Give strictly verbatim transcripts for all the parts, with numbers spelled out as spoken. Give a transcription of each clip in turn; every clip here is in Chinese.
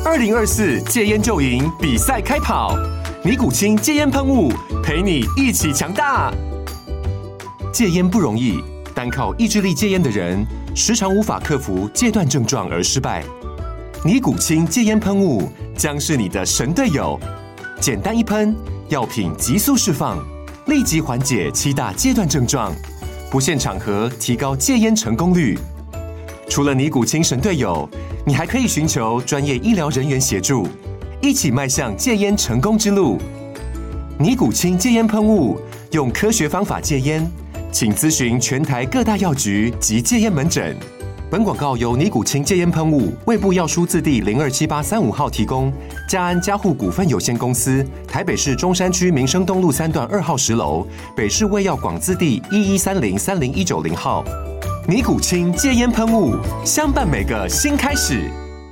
二零二四戒烟就赢比赛开跑，尼古清戒烟喷雾陪你一起强大。戒烟不容易，单靠意志力戒烟的人，时常无法克服戒断症状而失败。尼古清戒烟喷雾将是你的神队友，简单一喷，药品急速释放，立即缓解七大戒断症状，不限场合提高戒烟成功率。除了尼古清神队友，你还可以寻求专业医疗人员协助，一起迈向戒烟成功之路。尼古清戒烟喷雾，用科学方法戒烟，请咨询全台各大药局及戒烟门诊。本广告由尼古清戒烟喷雾、卫部药书字第零二七八三五号提供，嘉安嘉护股份有限公司，台北市中山区民生东路三段二号十楼，北市卫药广字第一一三零三零一九零号。尼古清戒烟喷雾，相伴每个新开始。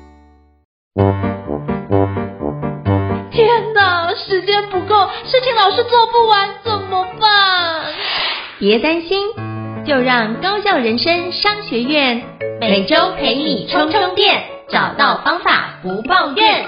天哪，时间不够，事情老是做不完，怎么办？ 别担心，就让高效人生商学院每周陪你充充电，找到方法不抱怨。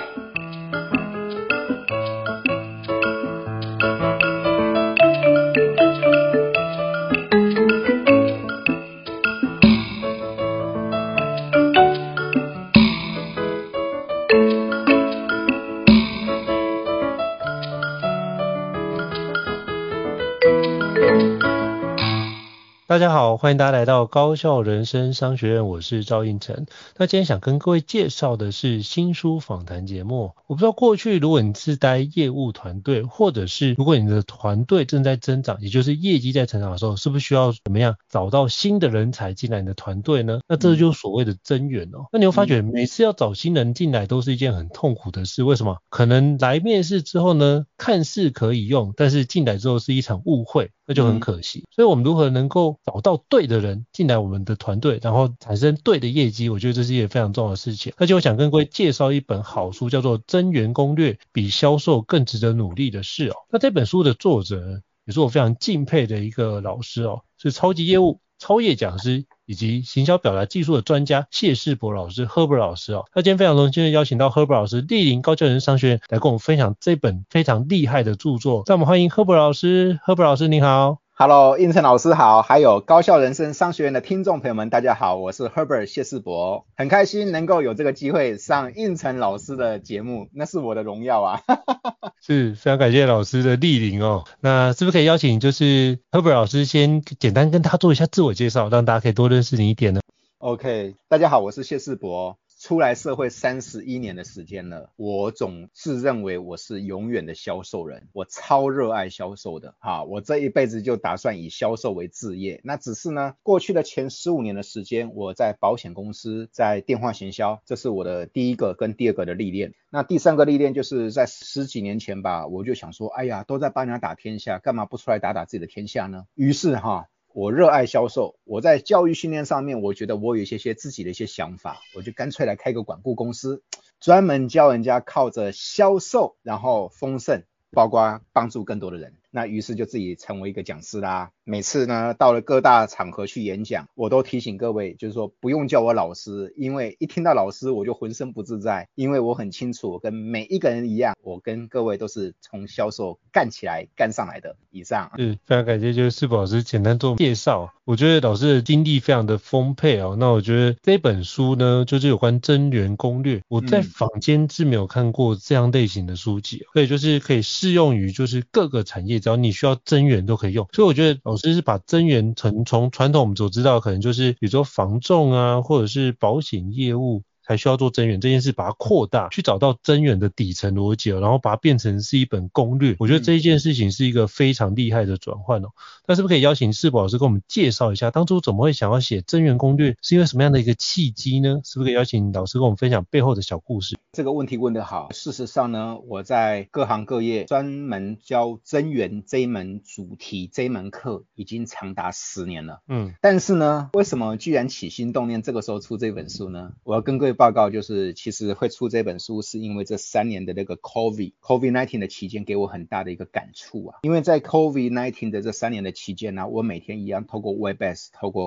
大家好，欢迎大家来到高效人生商学院，我是赵胤丞。那今天想跟各位介绍的是新书访谈节目。我不知道过去如果你是待业务团队，或者是如果你的团队正在增长，也就是业绩在成长的时候，是不是需要怎么样找到新的人才进来你的团队呢？那这就是所谓的增员哦。那你会发觉每次要找新人进来都是一件很痛苦的事，为什么？可能来面试之后呢，看似可以用，但是进来之后是一场误会，那就很可惜。所以我们如何能够找到对的人进来我们的团队，然后产生对的业绩，我觉得这是一件非常重要的事情。那就我想跟各位介绍一本好书，叫做《增员攻略：比销售更值得努力的事》哦。那这本书的作者也是我非常敬佩的一个老师哦，是超级业务超业讲师以及行销表达技术的专家谢世博老师 Herbert 老师哦。那今天非常荣幸的邀请到 Herbert 老师莅临高教人商学院来跟我们分享这本非常厉害的著作。让我们欢迎 Herbert 老师。 Herbert 老师您好。 Hello， 胤丞老师好，还有高效人生商学院的听众朋友们大家好，我是 Herbert 谢世博，很开心能够有这个机会上胤丞老师的节目，那是我的荣耀啊。 是非常感谢老师的莅临哦。那是不是可以邀请就是 Herbert 老师先简单跟他做一下自我介绍，让大家可以多认识你一点呢？ OK， 大家好，我是谢世博。出来社会三十一年的时间了，我总自认为我是永远的销售人，我超热爱销售的哈，我这一辈子就打算以销售为志业。那只是呢，过去的前十五年的时间，我在保险公司，在电话行销，这是我的第一个跟第二个的历练。那第三个历练就是在十几年前吧，我就想说，哎呀，都在帮人家打天下，干嘛不出来打打自己的天下呢？于是哈。我热爱销售，我在教育训练上面，我觉得我有一些些自己的一些想法，我就干脆来开个管顾公司，专门教人家靠着销售然后丰盛，包括帮助更多的人。那于是就自己成为一个讲师啦。每次呢到了各大场合去演讲，我都提醒各位，就是说不用叫我老师，因为一听到老师我就浑身不自在，因为我很清楚，我跟每一个人一样，我跟各位都是从销售干起来干上来的。以上是非常感谢就是世博老师简单做介绍。我觉得老师的经历非常的丰沛哦。那我觉得这本书呢就是有关增员攻略，我在坊间是没有看过这样类型的书籍，所以就是可以适用于就是各个产业，只要你需要增员都可以用。所以我觉得老师是把增员从从传统我们所知道可能就是比如说房仲啊，或者是保险业务才需要做增员这件事，把它扩大去找到增员的底层逻辑，然后把它变成是一本攻略。我觉得这一件事情是一个非常厉害的转换哦。那是不是可以邀请世博老师跟我们介绍一下，当初怎么会想要写增员攻略，是因为什么样的一个契机呢？是不是可以邀请老师跟我们分享背后的小故事？ 这个问题问得好。事实上呢，我在各行各业专门教增员这一门主题这一门课已经长达十年了。嗯，但是呢，为什么居然起心动念这个时候出这本书呢？我要跟各位报告，就是其实会出这本书是因为这三年的那个 COVID COVID 十九 的期间给我很大的一个感触啊。因为在 COVID 十九 的这三年的期间呢、啊，我每天一样透过 Webex 透过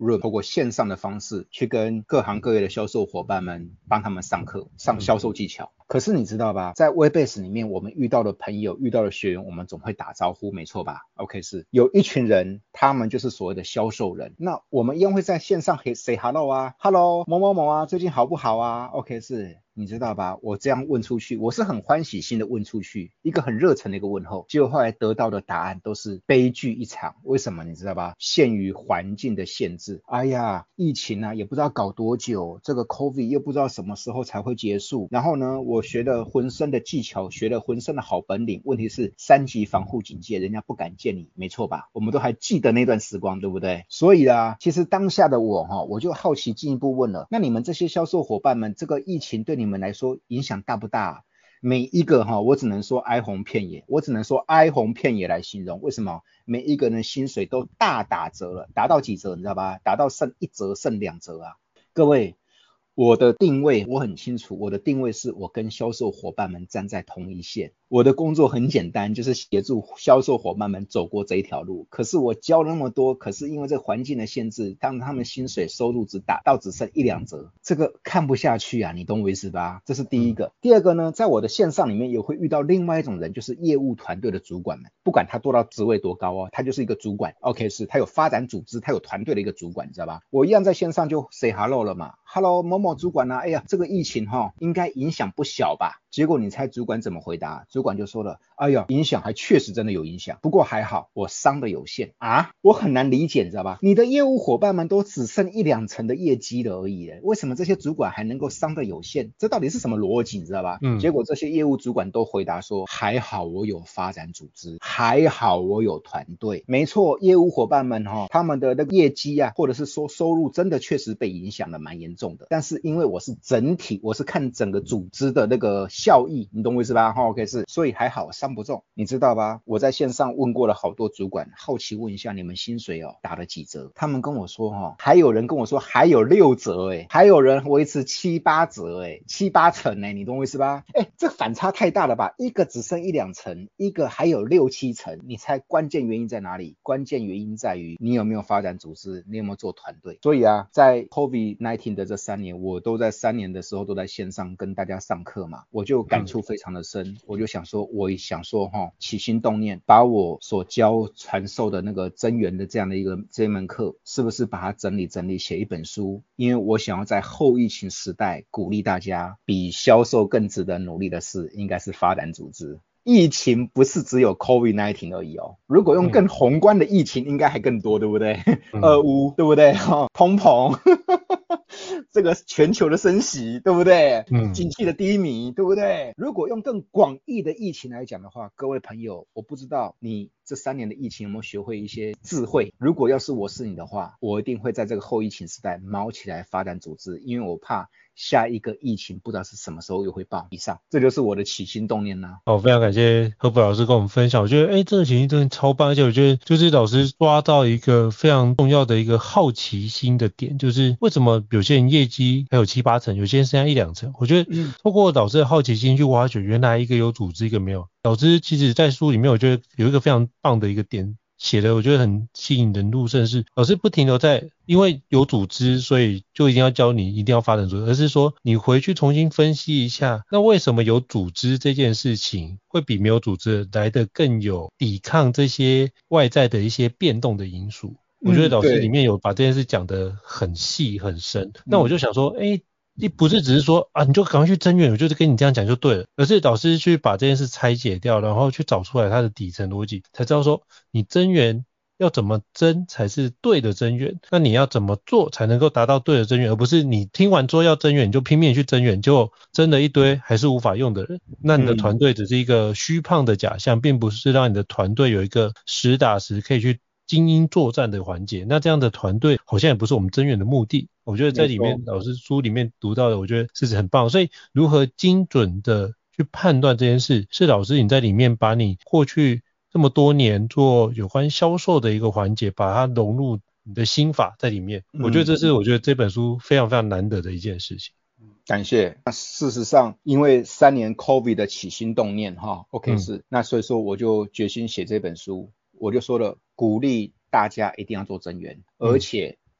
Room 透过线上的方式去跟各行各业的销售伙伴们帮他们上课，上销售技巧。可是你知道吧，在 Webex 里面我们遇到的朋友遇到的学员，我们总会打招呼，没错吧？ OK， 是有一群人，他们就是所谓的销售人，那我们一样会在线上 say hello 啊 hello 某某某啊，最近好不好啊？ OK， 是你知道吧，我这样问出去，我是很欢喜心的问出去，一个很热忱的一个问候，结果后来得到的答案都是悲剧一场。为什么你知道吧？限于环境的限制，哎呀，疫情啊也不知道搞多久，这个 COVID 又不知道什么时候才会结束，然后呢我学了浑身的技巧，学了浑身的好本领，问题是三级防护警戒，人家不敢见你，没错吧？我们都还记得那段时光，对不对？所以啊，其实当下的我哈，我就好奇进一步问了，那你们这些销售伙伴们，这个疫情对你们来说影响大不大啊？每一个哈，我只能说哀鸿遍野，我只能说哀鸿遍野来形容。为什么？每一个人的薪水都大打折了，达到几折你知道吧？达到剩一折剩两折啊！各位，我的定位我很清楚，我的定位是我跟销售伙伴们站在同一线。我的工作很简单，就是协助销售伙伴们走过这一条路。可是我教那么多，可是因为这个环境的限制，当他们薪水收入只达到只剩一两折，这个看不下去啊，你懂我意思吧？这是第一个。嗯、第二个呢，在我的线上里面也会遇到另外一种人，就是业务团队的主管们，不管他多到职位多高哦，他就是一个主管。OK， 是他有发展组织，他有团队的一个主管，你知道吧？我一样在线上就 say hello 了嘛 ，hello 某某主管啊，哎呀，这个疫情哈、哦，应该影响不小吧？结果你猜主管怎么回答？主管就说了，哎呀，影响还确实真的有影响，不过还好我伤的有限啊，我很难理解，你知道吧？你的业务伙伴们都只剩一两成的业绩了而已，为什么这些主管还能够伤的有限？这到底是什么逻辑，你知道吧？嗯，结果这些业务主管都回答说，还好我有发展组织，还好我有团队。没错，业务伙伴们哈、哦，他们的那个业绩啊，或者是说收入真的确实被影响的蛮严重的，但是因为我是整体，我是看整个组织的那个效益，你懂我意思吧？ OK， 是，所以还好伤不重，你知道吧？我在线上问过了好多主管，好奇问一下你们薪水哦打了几折？他们跟我说哦，还有人跟我说还有六折诶，还有人维持七八折诶，七八成诶，你懂我意思吧？诶，这反差太大了吧？一个只剩一两成，一个还有六七成，你猜关键原因在哪里？关键原因在于你有没有发展组织，你有没有做团队。所以啊，在 COVID 十九 的这三年，我都在三年的时候都在线上跟大家上课嘛，我就感触非常的深、嗯、我就想说我想说齁，起心动念把我所教传授的那个增援的这样的一个这一门课，是不是把它整理整理写一本书？因为我想要在后疫情时代鼓励大家，比销售更值得努力的事应该是发展组织。疫情不是只有 COVID 十九 而已哦，如果用更宏观的疫情应该还更多，对不对？俄乌、嗯、对不对？通膨这个全球的升息，对不对？嗯，经济的低迷，对不对？如果用更广义的疫情来讲的话，各位朋友，我不知道你这三年的疫情有没有学会一些智慧。如果要是我是你的话，我一定会在这个后疫情时代卯起来发展组织，因为我怕下一个疫情不知道是什么时候又会爆。以上，这就是我的起心动念啦。 好，非常感谢何伯老师跟我们分享，我觉得哎，这个起心动念超棒，而且我觉得就是老师抓到一个非常重要的一个好奇心的点，就是为什么有些人业绩还有七八成，有些人剩下一两成。我觉得透过老师的好奇心去挖掘，原来一个有组织一个没有。老师其实在书里面我觉得有一个非常棒的一个点写的，我觉得很吸引人入胜，是老师不停留在因为有组织所以就一定要教你一定要发展组织，而是说你回去重新分析一下，那为什么有组织这件事情会比没有组织来得更有抵抗这些外在的一些变动的因素。我觉得老师里面有把这件事讲得很细很深、嗯、那我就想说诶你不是只是说啊你就赶快去增援，我就是跟你这样讲就对了，而是老师去把这件事拆解掉，然后去找出来它的底层逻辑，才知道说你增援要怎么增才是对的增援，那你要怎么做才能够达到对的增援，而不是你听完说要增援你就拼命去增援，就增了一堆还是无法用的人，那你的团队只是一个虚胖的假象、嗯、并不是让你的团队有一个实打实可以去精英作战的环节，那这样的团队好像也不是我们增援的目的。我觉得在里面老师书里面读到的我觉得是很棒，所以如何精准的去判断这件事，是老师你在里面把你过去这么多年做有关销售的一个环节把它融入你的心法在里面、嗯、我觉得这是我觉得这本书非常非常难得的一件事情。 感谢。那事实上因为三年 COVID 的起心动念哈 OK 是、嗯、那所以说我就决心写这本书，我就说了鼓励大家一定要做增援、嗯、而且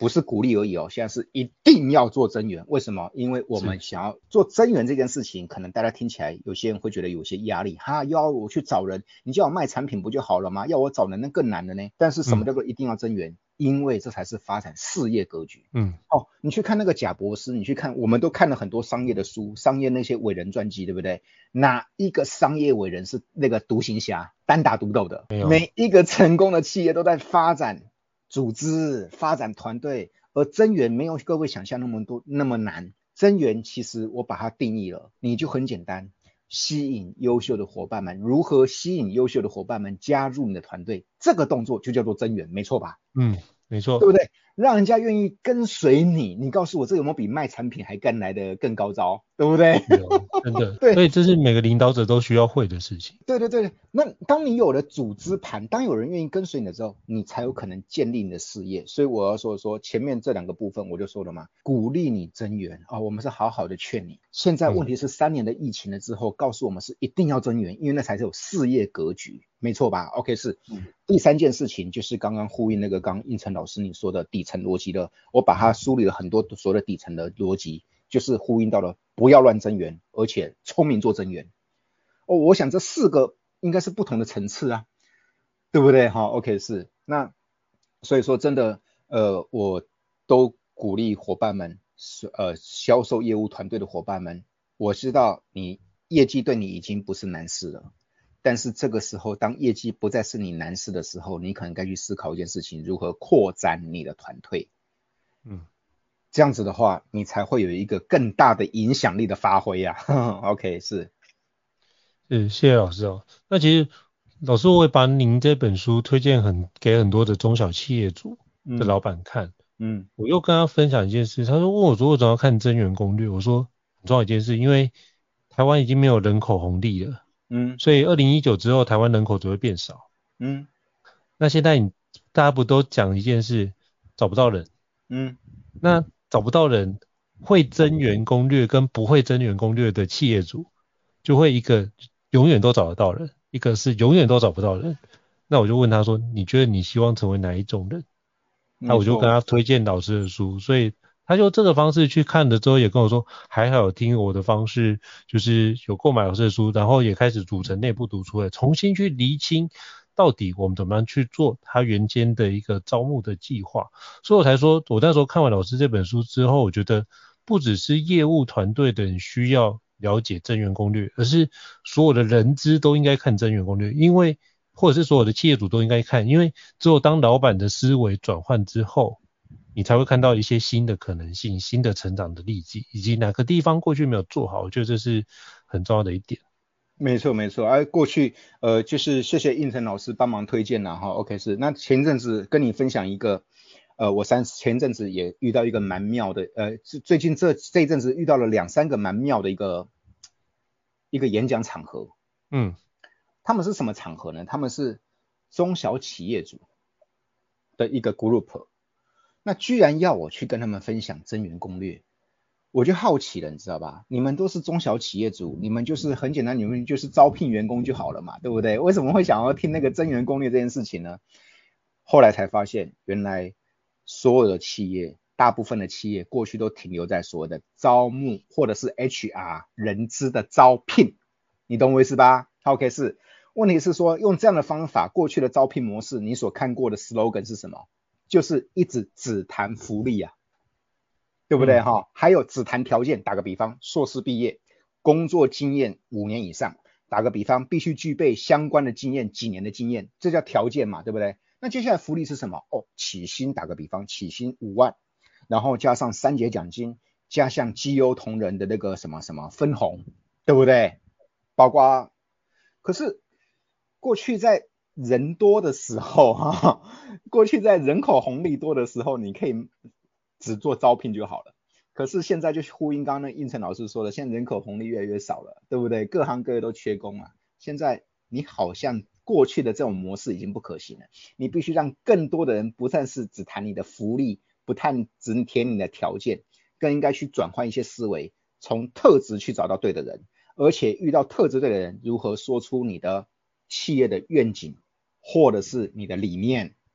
不是鼓励而已哦，现在是一定要做增员。为什么？因为我们想要做增员这件事情，可能大家听起来有些人会觉得有些压力，哈，要我去找人，你叫我卖产品不就好了吗？要我找人那更难了呢。但是什么叫做一定要增员？嗯，因为这才是发展事业格局。嗯，哦，你去看那个贾博士，你去看，我们都看了很多商业的书，商业那些伟人传记，对不对？哪一个商业伟人是那个独行侠，单打独斗的？每一个成功的企业都在发展组织，发展团队，而增员没有各位想象那么多那么难。增员其实我把它定义了，你就很简单，吸引优秀的伙伴们。如何吸引优秀的伙伴们加入你的团队？这个动作就叫做增员，没错吧？ 嗯，没错， 对不对？让人家愿意跟随你，你告诉我这有没有比卖产品还更来的更高招，对不对？ 真的， 对， 所以这是每个领导者都需要会的事情。 对对对，那当你有了组织盘，当有人愿意跟随你的时候，你才有可能建立你的事业。所以我要说说前面这两个部分，我就说了嘛，鼓励你增员啊，我们是好好的劝你。现在问题是三年的疫情了之后，告诉我们是一定要增员，因为那才是有事业格局。没错吧 ？OK 是、嗯、第三件事情就是刚刚呼应那个刚应成老师你说的底层逻辑的，我把它梳理了很多所谓的底层的逻辑，就是呼应到了不要乱增员，而且聪明做增员。哦，我想这四个应该是不同的层次啊，对不对？哈 ，OK 是那所以说真的呃，我都鼓励伙伴们，呃，销售业务团队的伙伴们，我知道你业绩对你已经不是难事了。但是这个时候，当业绩不再是你难事的时候，你可能该去思考一件事情，如何扩展你的团队。嗯，这样子的话，你才会有一个更大的影响力的发挥啊。OK， 是， 是，谢谢老师哦。那其实老师我会把您这本书推荐很给很多的中小企业主的老板看。嗯，我又跟他分享一件事，他说问我说我怎么要看增员攻略，我说很重要一件事，因为台湾已经没有人口红利了。嗯，所以二零一九之后台湾人口只会变少。嗯，那现在你大家不都讲一件事，找不到人。嗯，那找不到人，会增员攻略跟不会增员攻略的企业主，就会一个永远都找得到人，一个是永远都找不到人。那我就问他说，你觉得你希望成为哪一种人？那我就跟他推荐老师的书，所以他就这个方式去看了之后，也跟我说还好有听我的方式，就是有购买老师的书，然后也开始组成内部读书会，重新去厘清到底我们怎么样去做他原先的一个招募的计划。所以我才说，我那时候看完老师这本书之后，我觉得不只是业务团队的人需要了解增员攻略，而是所有的人资都应该看增员攻略，因为或者是所有的企业主都应该看，因为只有当老板的思维转换之后，你才会看到一些新的可能性，新的成长的利基，以及哪个地方过去没有做好，我觉得这是很重要的一点。 没错没错，而、啊、过去呃就是谢谢应成老师帮忙推荐啦哈 ，OK 是。那前阵子跟你分享一个呃我三前阵子也遇到一个蛮妙的呃最近这这一阵子遇到了两三个蛮妙的一个一个演讲场合。嗯，他们是什么场合呢？他们是中小企业主的一个 group。那居然要我去跟他们分享增员攻略，我就好奇了，你知道吧？你们都是中小企业主，你们就是很简单，你们就是招聘员工就好了嘛，对不对？为什么会想要听那个增员攻略这件事情呢？后来才发现，原来所有的企业，大部分的企业过去都停留在所谓的招募或者是 H R 人资的招聘，你懂我意思吧 ？OK 是，问题是说用这样的方法，过去的招聘模式，你所看过的 slogan 是什么？就是一直只谈福利啊，对不对哈、嗯？还有只谈条件，打个比方，硕士毕业，工作经验五年以上，打个比方，必须具备相关的经验几年的经验，这叫条件嘛，对不对？那接下来福利是什么？哦，起薪打个比方，起薪五万，然后加上三节奖金，加上绩优同仁的那个什么什么分红，对不对？包括，可是过去在人多的时候哈，过去在人口红利多的时候，你可以只做招聘就好了。可是现在就呼应刚刚那应成老师说的，现在人口红利越来越少了，对不对？各行各业都缺工啊。现在你好像过去的这种模式已经不可行了，你必须让更多的人不但是只谈你的福利，不但只填你的条件，更应该去转换一些思维，从特质去找到对的人，而且遇到特质对的人，如何说出你的企业的愿景或者是你的理念，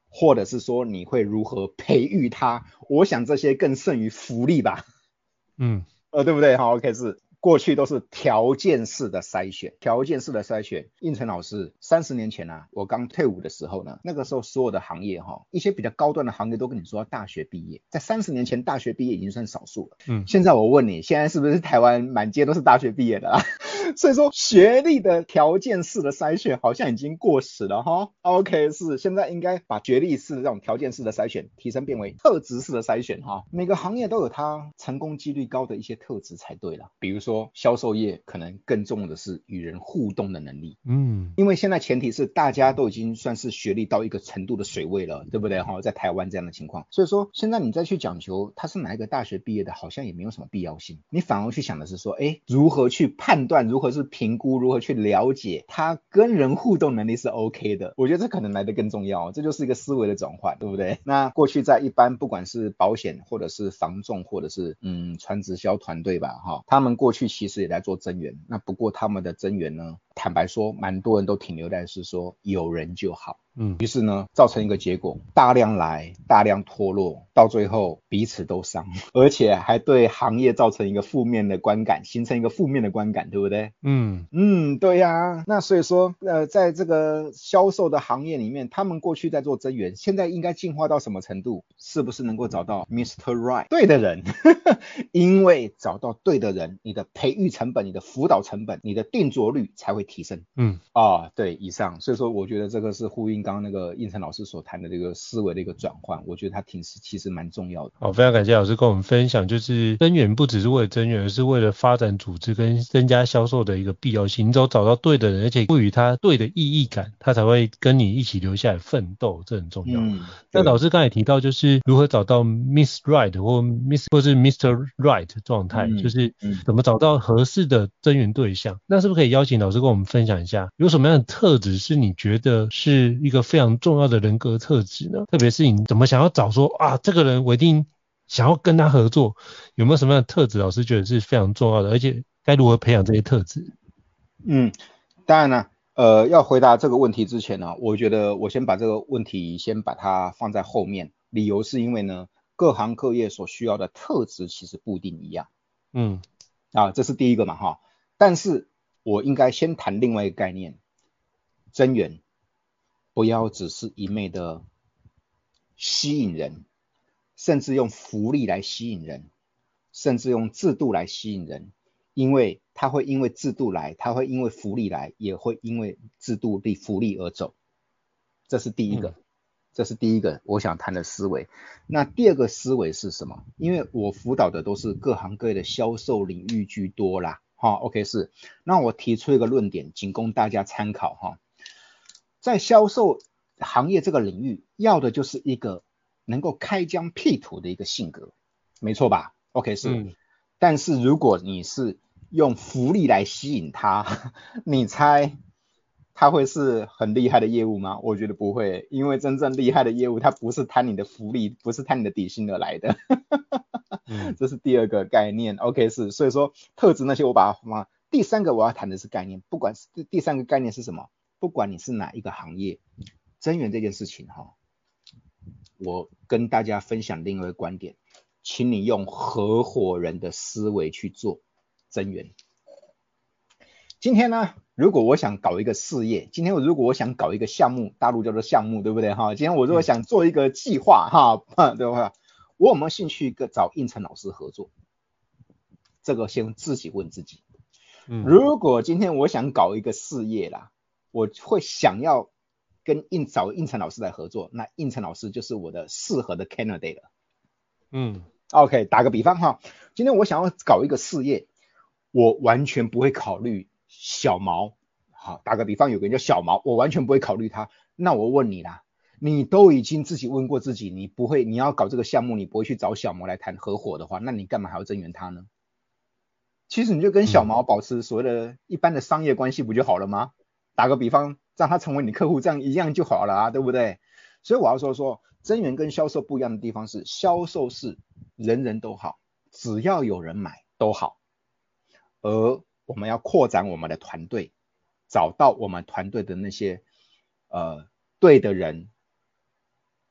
或者是说你会如何培育他，我想这些更胜于福利吧。 嗯， 呃，对不对？好 ，OK， 是过去都是条件式的筛选，条件式的筛选。应成老师，三十年前啊，我刚退伍的时候呢，那个时候所有的行业哈，一些比较高端的行业都跟你说要大学毕业，在三十年前大学毕业已经算少数了。嗯，现在我问你，现在是不是台湾满街都是大学毕业的啊？所以说学历的条件式的筛选好像已经过时了哈。OK， 是现在应该把学历式的这种条件式的筛选提升变为特质式的筛选哈。每个行业都有它成功几率高的一些特质才对了。比如说销售业可能更重的是与人互动的能力。嗯，因为现在前提是大家都已经算是学历到一个程度的水位了，对不对哈？在台湾这样的情况，所以说现在你再去讲求他是哪一个大学毕业的，好像也没有什么必要性。你反而去想的是说，哎，如何去判断，如何是评估，如何去了解他跟人互动能力是 OK 的。我觉得这可能来得更重要，这就是一个思维的转换，对不对？那过去在一般不管是保险或者是房仲或者是嗯传直销团队吧哈，他们过去其实也在做增援，那不过他们的增援呢，坦白说蛮多人都停留在是说有人就好。嗯，于是呢，造成一个结果，大量来，大量脱落，到最后彼此都伤，而且还对行业造成一个负面的观感，形成一个负面的观感，对不对？嗯嗯，对呀、啊。那所以说，呃，在这个销售的行业里面，他们过去在做增援，现在应该进化到什么程度？是不是能够找到 Mister Right 对的人？因为找到对的人，你的培育成本、你的辅导成本、你的定着率才会提升。嗯啊，对，以上，所以说我觉得这个是呼应刚刚那个应成老师所谈的这个思维的一个转换，我觉得它挺其实蛮重要的。 好，非常感谢老师跟我们分享，就是增援不只是为了增援，而是为了发展组织跟增加销售的一个必要性。你只有找到对的人，而且赋予他对的意义感，他才会跟你一起留下来奋斗，这很重要。嗯，那老师刚才提到就是如何找到 Miss Right 或 Miss 或是 Mister Right 状态，嗯、就是怎么找到合适的增援对象。那是不是可以邀请老师跟我们分享一下，有什么样的特质是你觉得是一个非常重要的人格特质呢？特别是你怎么想要找说啊，这个人我一定想要跟他合作，有没有什么样的特质老师觉得是非常重要的，而且该如何培养这些特质？ 嗯，当然了，呃，要回答这个问题之前呢，我觉得我先把这个问题先把它放在后面，理由是因为呢，各行各业所需要的特质其实不一定一样。嗯，啊，这是第一个嘛哈，但是我应该先谈另外一个概念，增援不要只是一昧的吸引人，甚至用福利来吸引人，甚至用制度来吸引人，因为他会因为制度来，他会因为福利来，也会因为制度的福利而走。这是第一个，嗯、这是第一个我想谈的思维。那第二个思维是什么？因为我辅导的都是各行各业的销售领域居多啦。哈 ，OK 是。那我提出一个论点，仅供大家参考哈。在销售行业这个领域，要的就是一个能够开疆辟土的一个性格，没错吧 ？OK 是。嗯、但是如果你是用福利来吸引他，你猜他会是很厉害的业务吗？我觉得不会，因为真正厉害的业务，它不是贪你的福利，不是贪你的底薪而来的。嗯、这是第二个概念 ，OK 是。所以说特质那些我把它放。第三个我要谈的是概念，不管是第三个概念是什么，不管你是哪一个行业，增援这件事情哈，我跟大家分享另外一个观点，请你用合伙人的思维去做增援。今天呢，如果我想搞一个事业，今天如果我想搞一个项目，大陆叫做项目，对不对哈？今天我如果想做一个计划哈，对吧？我有没有兴趣跟找应成老师合作？这个先自己问自己。如果今天我想搞一个事业啦，我会想要跟应找应成老师来合作，那应成老师就是我的适合的 candidate 了。嗯 ，OK， 打个比方哈，今天我想要搞一个事业，我完全不会考虑小毛。好，打个比方，有个人叫小毛，我完全不会考虑他。那我问你啦，你都已经自己问过自己，你不会，你要搞这个项目，你不会去找小毛来谈合伙的话，那你干嘛还要增援他呢？其实你就跟小毛保持所谓的一般的商业关系不就好了吗？打个比方，让他成为你客户，这样一样就好了啊，对不对？所以我要说说，增援跟销售不一样的地方是，销售是人人都好，只要有人买都好，而我们要扩展我们的团队，找到我们团队的那些呃对的人，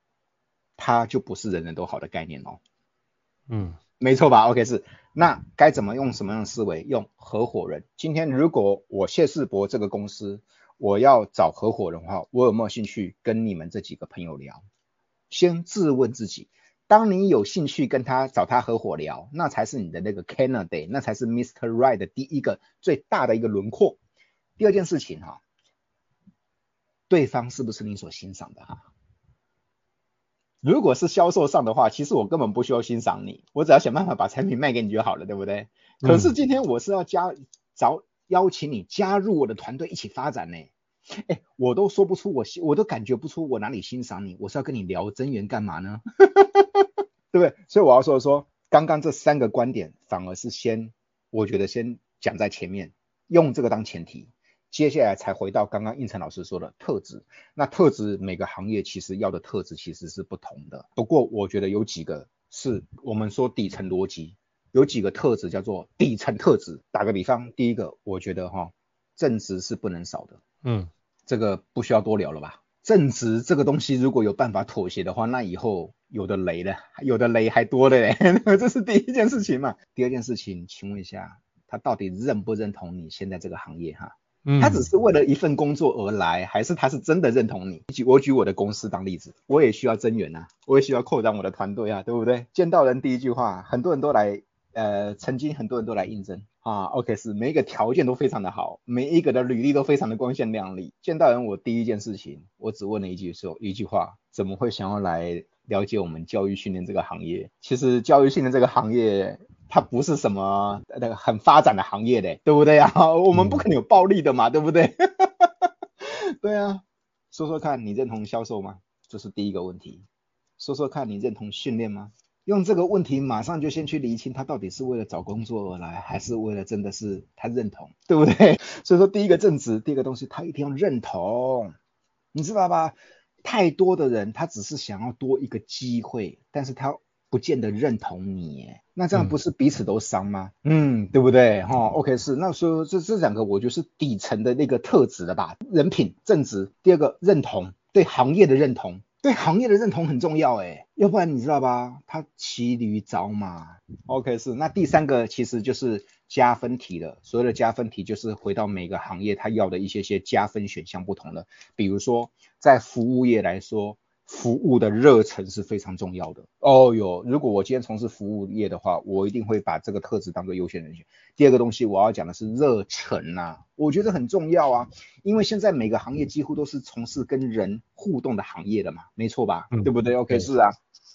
它就不是人人都好的概念哦。 嗯， 没错吧 ？OK 是，那该怎么用什么样的思维？用合伙人。今天如果我谢世博这个公司，我要找合伙人的话，我有没有兴趣跟你们这几个朋友聊？先自问自己。当你有兴趣跟他找他合伙聊，那才是你的那个 candidate， 那才是 Mister Right 的第一个最大的一个轮廓。第二件事情哈，对方是不是你所欣赏的哈？如果是销售上的话，其实我根本不需要欣赏你，我只要想办法把产品卖给你就好了，对不对？可是今天我是要加找邀请你加入我的团队一起发展呢。哎，我都说不出我，我都感觉不出我哪里欣赏你，我是要跟你聊增援干嘛呢？对不对？所以我要说说，刚刚这三个观点反而是先，我觉得先讲在前面，用这个当前提，接下来才回到刚刚应成老师说的特质。那特质每个行业其实要的特质其实是不同的，不过我觉得有几个是我们说底层逻辑，有几个特质叫做底层特质。打个比方，第一个我觉得哈，正直是不能少的，嗯，这个不需要多聊了吧？正直这个东西如果有办法妥协的话，那以后有的雷了，有的雷还多的嘞，这是第一件事情嘛。第二件事情，请问一下，他到底认不认同你现在这个行业哈？嗯，他只是为了一份工作而来，还是他是真的认同你？我举我的公司当例子，我也需要增援啊，我也需要扩张我的团队啊，对不对？见到人第一句话，很多人都来，呃，曾经很多人都来应征。啊 ，OK 是每一个条件都非常的好，每一个的履历都非常的光鲜亮丽。见到人我第一件事情，我只问了一句说一句话，怎么会想要来了解我们教育训练这个行业？其实教育训练这个行业，它不是什么那个很发展的行业的，对不对啊？我们不可能有暴利的嘛，对不对？对啊，说说看你认同销售吗？这是第一个问题。说说看你认同训练吗？用这个问题马上就先去厘清他到底是为了找工作而来，还是为了真的是他认同，对不对？所以说第一个正直，第二个东西他一定要认同，你知道吧？太多的人他只是想要多一个机会，但是他不见得认同你，那这样不是彼此都伤吗？嗯，对不对？哈 ，OK 是，那所以这这两个我觉得是底层的那个特质了吧，人品正直，第二个认同，对行业的认同。对行业的认同很重要诶，要不然你知道吧，他骑驴找马。OK 是，那第三个其实就是加分题了。所谓的加分题就是回到每个行业他要的一些些加分选项不同的。比如说在服务业来说，服务的热忱是非常重要的。哦哟，如果我今天从事服务业的话，我一定会把这个特质当作优先人选。第二个东西我要讲的是热忱啊，我觉得很重要啊，因为现在每个行业几乎都是从事跟人互动的行业的嘛，没错吧？嗯、对不对 ？OK 是啊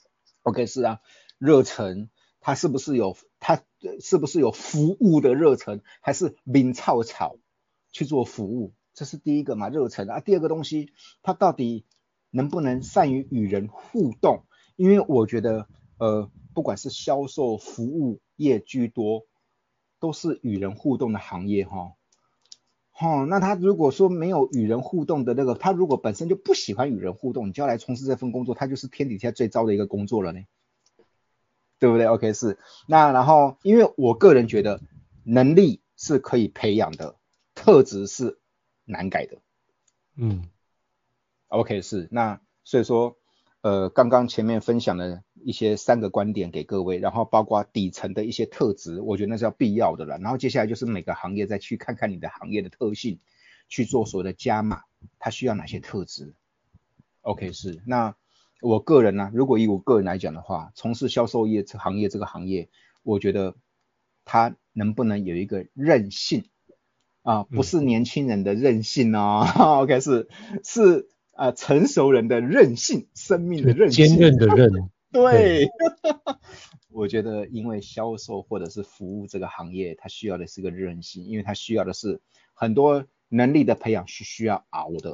，OK 是啊，热忱它是不是有它是不是有服务的热忱，还是民草草去做服务？这是第一个嘛，热忱啊。第二个东西，它到底能不能善于与人互动？因为我觉得，呃，不管是销售、服务业居多，都是与人互动的行业哈。哦，那他如果说没有与人互动的那个，他如果本身就不喜欢与人互动，你就要来从事这份工作，他就是天底下最糟的一个工作了呢，对不对 ？OK 是。那然后，因为我个人觉得能力是可以培养的，特质是难改的。嗯。OK 是，那所以说呃刚刚前面分享了一些三个观点给各位，然后包括底层的一些特质，我觉得那是要必要的了。然后接下来就是每个行业再去看看你的行业的特性，去做所谓的加码，它需要哪些特质。OK 是，那我个人呢、啊，如果以我个人来讲的话，从事销售业行业这个行业，我觉得它能不能有一个韧性啊，不是年轻人的韧性哦、嗯、OK 是是呃，成熟人的韧性，生命的韧性， 坚韧的韧。 对，我觉得因为销售或者是服务这个行业，它需要的是个韧性，因为它需要的是很多能力的培养是需要熬的。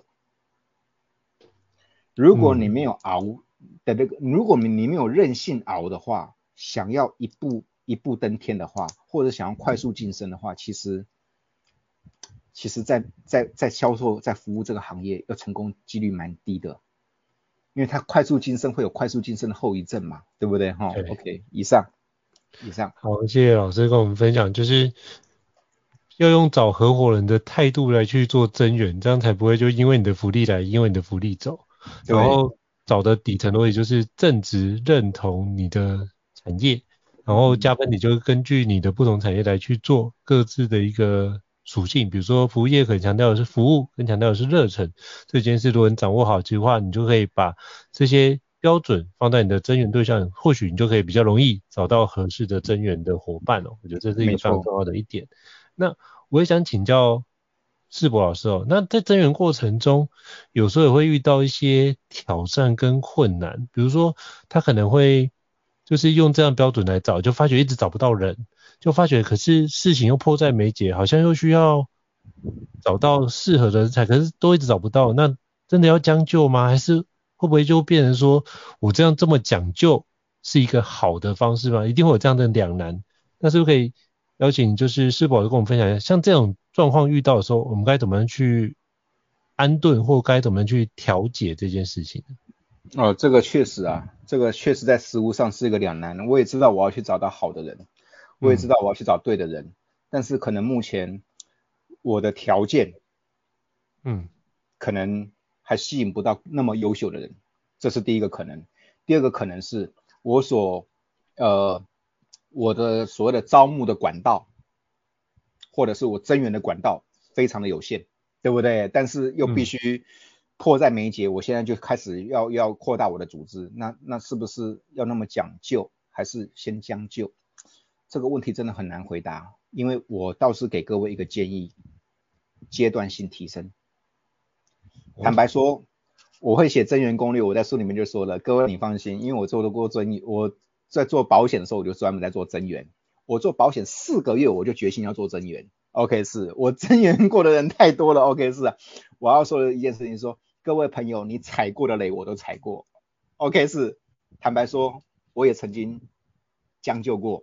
如果你没有熬的那个，嗯、如果你没有韧性熬的话，想要一步一步登天的话，或者想要快速晋升的话，其实。其实在在在销售在服务这个行业要成功几率蛮低的，因为它快速晋升会有快速晋升的后遗症嘛，对不对哈 ？OK， 以上以上。 好，谢谢老师跟我们分享，就是要用找合伙人的态度来去做增援，这样才不会就因为你的福利来，因为你的福利走。然后找的底层逻辑就是正职认同你的产业，然后加分你就根据你的不同产业来去做各自的一个属性，比如说服务业可能强调的是服务，更强调的是热忱，这件事如果你掌握好的话，你就可以把这些标准放在你的增援对象，或许你就可以比较容易找到合适的增援的伙伴哦。我觉得这是一个非常重要的一点。那我也想请教世博老师哦，那在增援过程中，有时候也会遇到一些挑战跟困难，比如说他可能会就是用这样标准来找，就发觉一直找不到人，就发觉可是事情又迫在眉睫，好像又需要找到适合的人才，可是都一直找不到，那真的要将就吗？还是会不会就变成说我这样这么讲究是一个好的方式吗？一定会有这样的两难。那是不是可以邀请就是世博跟我们分享一下，像这种状况遇到的时候，我们该怎么样去安顿，或该怎么样去调解这件事情？ 哦，这个确实啊，这个确实在实务上是一个两难。我也知道我要去找到好的人，我也知道我要去找对的人，嗯、但是可能目前我的条件，嗯，可能还吸引不到那么优秀的人，这是第一个可能。第二个可能是我所呃我的所谓的招募的管道，或者是我增援的管道非常的有限，对不对？但是又必须迫在眉睫，我现在就开始要要扩大我的组织，那那是不是要那么讲究，还是先将就？这个问题真的很难回答，因为我倒是给各位一个建议，阶段性提升。坦白说，我会写增援攻略，我在书里面就说了，各位你放心，因为我做过增，我在做保险的时候我就专门在做增援，我做保险四个月我就决心要做增援。OK， 是我增援过的人太多了。OK， 是啊，我要说的一件事情说，各位朋友，你踩过的雷我都踩过。OK， 是坦白说，我也曾经将就过，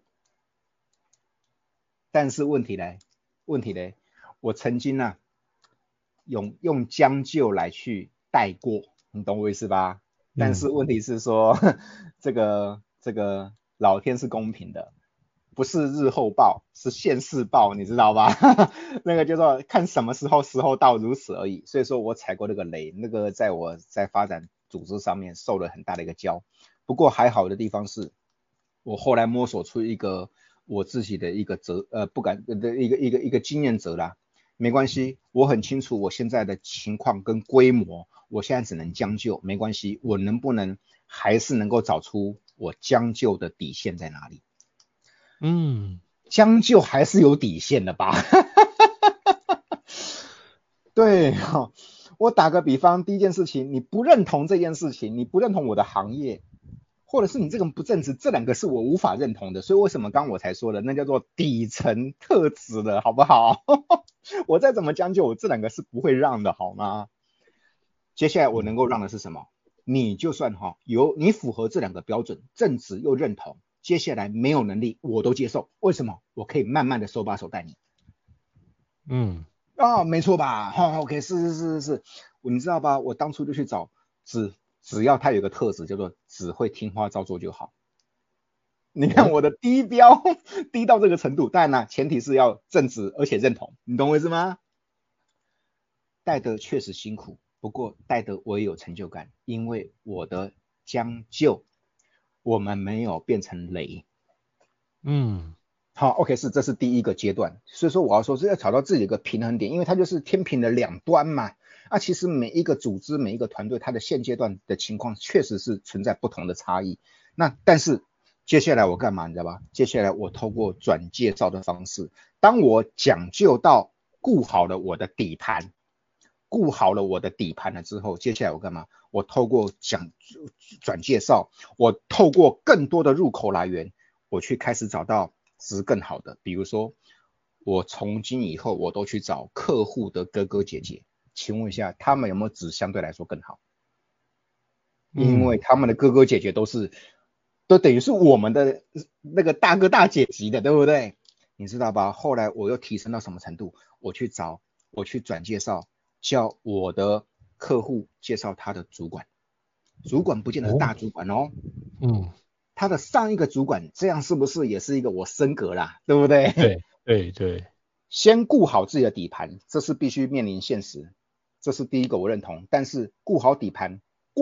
但是问题呢，问题呢，我曾经啊，用用将就来去带过，你懂我意思吧？嗯、但是问题是说，这个这个老天是公平的。不是日后报，是现世报，你知道吧？那个叫做看什么时候时候到，如此而已。所以说我踩过那个雷，那个在我在发展组织上面受了很大的一个教。不过还好的地方是，我后来摸索出一个我自己的一个责呃不敢的一个一个一个经验则啦。没关系，我很清楚我现在的情况跟规模，我现在只能将就，没关系，我能不能还是能够找出我将就的底线在哪里？嗯，将就还是有底线的吧。对、哦，我打个比方，第一件事情，你不认同这件事情，你不认同我的行业，或者是你这个不正直，这两个是我无法认同的。所以为什么刚刚我才说的，那叫做底层特质了，好不好？我再怎么将就，我这两个是不会让的，好吗？接下来我能够让的是什么？你就算哈、哦、有你符合这两个标准，正直又认同。接下来没有能力我都接受，为什么？我可以慢慢的手把手带你。嗯，啊，没错吧？哈、哦、，OK， 是是是是是，你知道吧？我当初就去找，只只要他有一个特质叫做只会听话照做就好。你看我的低标低到这个程度，当然啦，前提是要正直而且认同，你懂我意思吗？带的确实辛苦，不过带的我也有成就感，因为我的将就。我们没有变成雷，嗯，好 ，OK， 是这是第一个阶段，所以说我要说是要找到自己的一个平衡点，因为它就是天平的两端嘛。啊，其实每一个组织、每一个团队，它的现阶段的情况确实是存在不同的差异。那但是接下来我干嘛，你知道吧？接下来我透过转介绍的方式，当我讲究到顾好了我的底盘。顾好了我的底盘了之后，接下来我干嘛？我透过讲转介绍，我透过更多的入口来源，我去开始找到值更好的。比如说，我从今以后我都去找客户的哥哥姐姐，请问一下，他们有没有值相对来说更好？因为他们的哥哥姐姐都是，都等于是我们的那个大哥大姐级的，对不对？你知道吧？后来我又提升到什么程度？我去找，我去转介绍。叫我的客户介绍他的主管，主管不见得是大主管哦，嗯，他的上一个主管，这样是不是也是一个我升格啦，对不对？ 对对对， 先顾好自己的底盘，这是必须面临现实，这是第一个我认同。但是顾好底盘过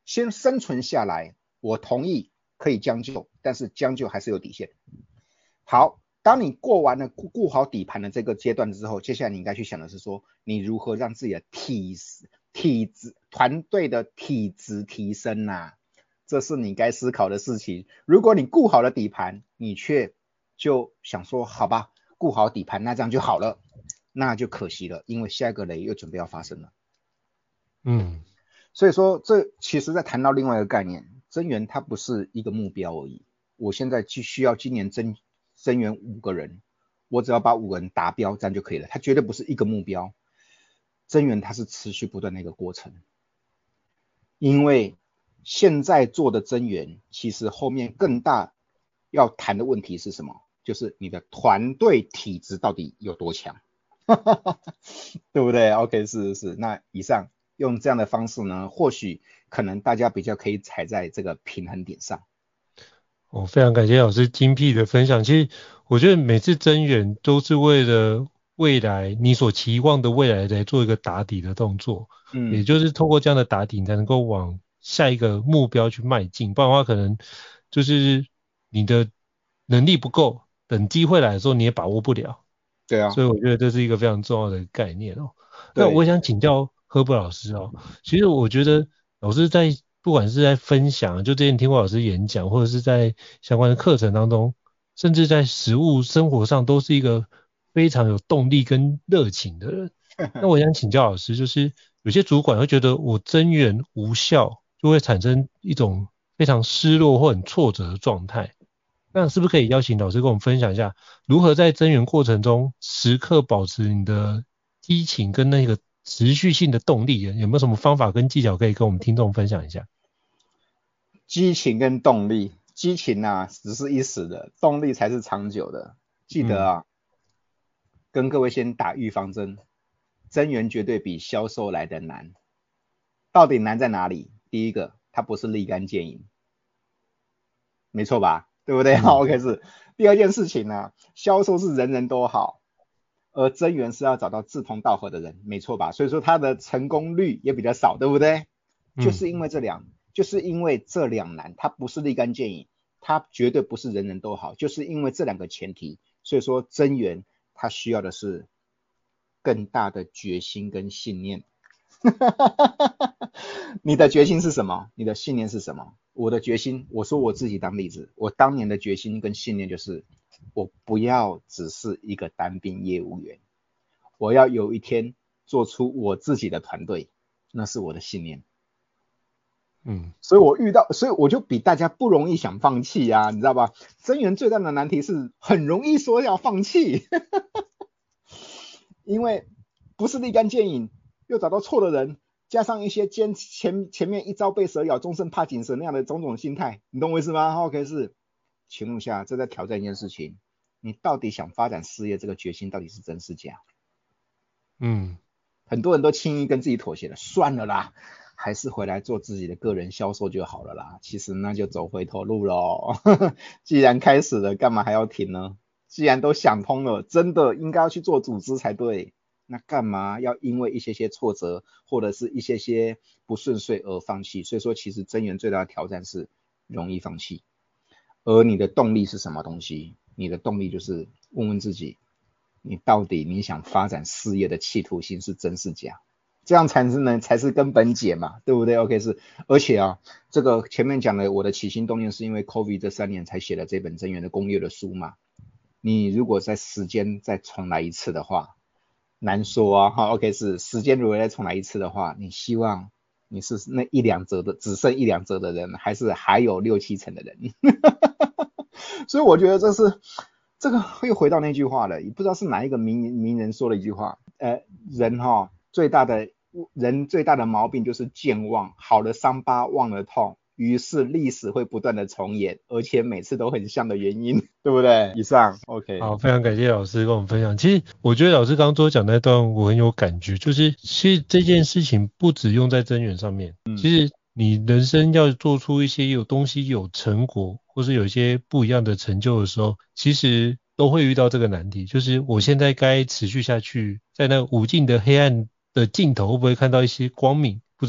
先生存下来，我同意可以将就，但是将就还是有底线。好，当你过完了顾好底盘的这个阶段之后，接下来你应该去想的是说，你如何让自己的体体质团队的体质提升啊，这是你该思考的事情。如果你顾好了底盘，你却就想说好吧，顾好底盘那这样就好了，那就可惜了，因为下一个雷又准备要发生了。 嗯， 所以说这其实在谈到另外一个概念，增员它不是一个目标而已。我现在就需要今年增增员五个人，我只要把五个人达标这样就可以了，它绝对不是一个目标。增员它是持续不断的一个过程，因为现在做的增员其实后面更大要谈的问题是什么，就是你的团队体质到底有多强对不对？ OK， 是是，那以上用这样的方式呢，或许可能大家比较可以踩在这个平衡点上。 我、哦、非常感谢老师精辟的分享。其实我觉得每次增员都是为了未来你所期望的未来来做一个打底的动作，嗯，也就是透过这样的打底，你才能够往下一个目标去迈进。不然的话，可能就是你的能力不够，等机会来的时候你也把握不了。 对啊， 所以我觉得这是一个非常重要的概念哦。那我想请教赫伯老师哦，其实我觉得老师在不管是在分享，就之前听过老师演讲，或者是在相关的课程当中，甚至在实务生活上，都是一个非常有动力跟热情的人。那我想请教老师，就是有些主管会觉得我增员无效，就会产生一种非常失落或很挫折的状态。那是不是可以邀请老师跟我们分享一下，如何在增员过程中时刻保持你的激情跟那个持续性的动力？有没有什么方法跟技巧可以跟我们听众分享一下？ 激情跟动力，激情啊只是一时的，动力才是长久的。记得啊，嗯、跟各位先打预防针，增员绝对比销售来的难。到底难在哪里？第一个，它不是立竿见影，没错吧？对不对？好、嗯、，OK 是。第二件事情呢、啊，销售是人人都好，而增员是要找到志同道合的人，没错吧？所以说它的成功率也比较少，对不对？嗯、就是因为这两，就是因为这两难，它不是立竿见影，它绝对不是人人都好，就是因为这两个前提，所以说增员它需要的是更大的决心跟信念。你的决心是什么？你的信念是什么？我的决心，我说我自己当例子，我当年的决心跟信念就是，我不要只是一个单兵业务员，我要有一天做出我自己的团队，那是我的信念。嗯，所以我遇到，所以我就比大家不容易想放弃啊，你知道吧？增员最大的难题是很容易说要放弃，因为不是立竿见影，又找到错的人。加上一些前前前面一朝被蛇咬，终身怕井绳那样的种种心态，你懂我意思吗 ？OK 是，请问一下，这在挑战一件事情，你到底想发展事业这个决心到底是真是假？嗯，很多人都轻易跟自己妥协了，算了啦，还是回来做自己的个人销售就好了啦。其实那就走回头路咯既然开始了，干嘛还要停呢？既然都想通了，真的应该要去做组织才对。那干嘛要因为一些些挫折或者是一些些不顺遂而放弃？所以说其实增员最大的挑战是容易放弃。而你的动力是什么东西？你的动力就是问问自己，你到底你想发展事业的企图心是真是假？这样才是呢才是根本解嘛，对不对 ？OK 是，而且啊，这个前面讲的我的起心动念是因为 COVID 这三年才写了这本增员的攻略的书嘛。你如果在时间再重来一次的话，难说啊，好 ，OK 是时间如果再重来一次的话，你希望你是那一两折的，只剩一两折的人，还是还有六七成的人？所以我觉得这是这个又回到那句话了，也不知道是哪一个名名人说了一句话，呃，人哈、哦、最大的人最大的毛病就是健忘，好的伤疤忘了痛。于是历史会不断的重演，而且每次都很像的原因，对不对？以上 OK。 好，非常感谢老师跟我们分享。其实我觉得老师刚刚多讲那段我很有感觉，就是其实这件事情不只用在增员上面、嗯、其实你人生要做出一些有东西有成果或是有一些不一样的成就的时候，其实都会遇到这个难题，就是我现在该持续下去，在那无尽的黑暗的尽头会不会看到一些光明，不知道。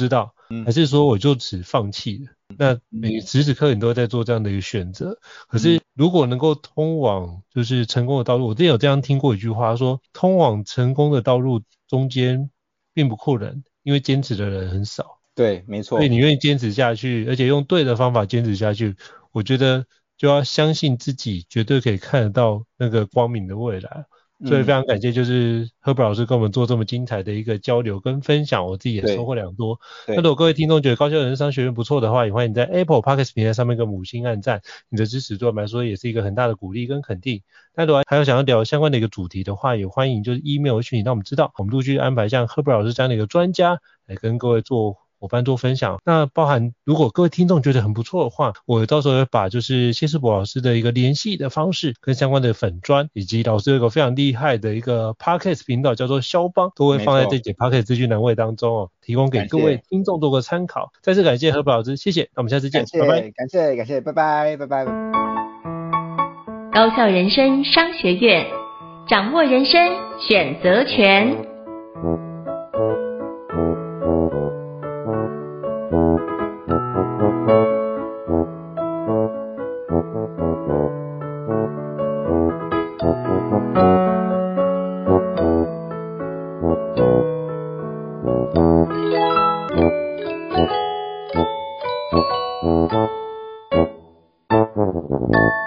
还是说我就此放弃了？那每时时刻你都在做这样的一个选择。可是如果能够通往就是成功的道路，我之前有这样听过一句话说，通往成功的道路中间并不困难，因为坚持的人很少。 对，没错。 所以你愿意坚持下去，而且用对的方法坚持下去，我觉得就要相信自己绝对可以看得到那个光明的未来。所以非常感谢就是Herbert老师跟我们做这么精彩的一个交流跟分享，我自己也收获良多。那如果各位听众觉得高效人生商学院不错的话，也欢迎在 Apple Podcast 平台上面跟五星按赞，你的支持对我们来说也是一个很大的鼓励跟肯定。那如果还有想要聊相关的一个主题的话，也欢迎就是 email 讯息让我们知道，我们陆续安排像 Herbert 老师这样的一个专家来跟各位做伙伴做分享。那包含如果各位听众觉得很不错的话，我到时候会把就是谢世博老师的一个联系的方式跟相关的粉专，以及老师有一个非常厉害的一个 Podcast 频道叫做肖邦，都会放在这节 Podcast 资讯栏位当中哦，提供给各位听众做个参考。再次感谢Herbert老师，谢谢，那我们下次见，拜拜。 感谢感谢，拜拜拜拜。 高效人生商学院，掌握人生选择权。 Thank you.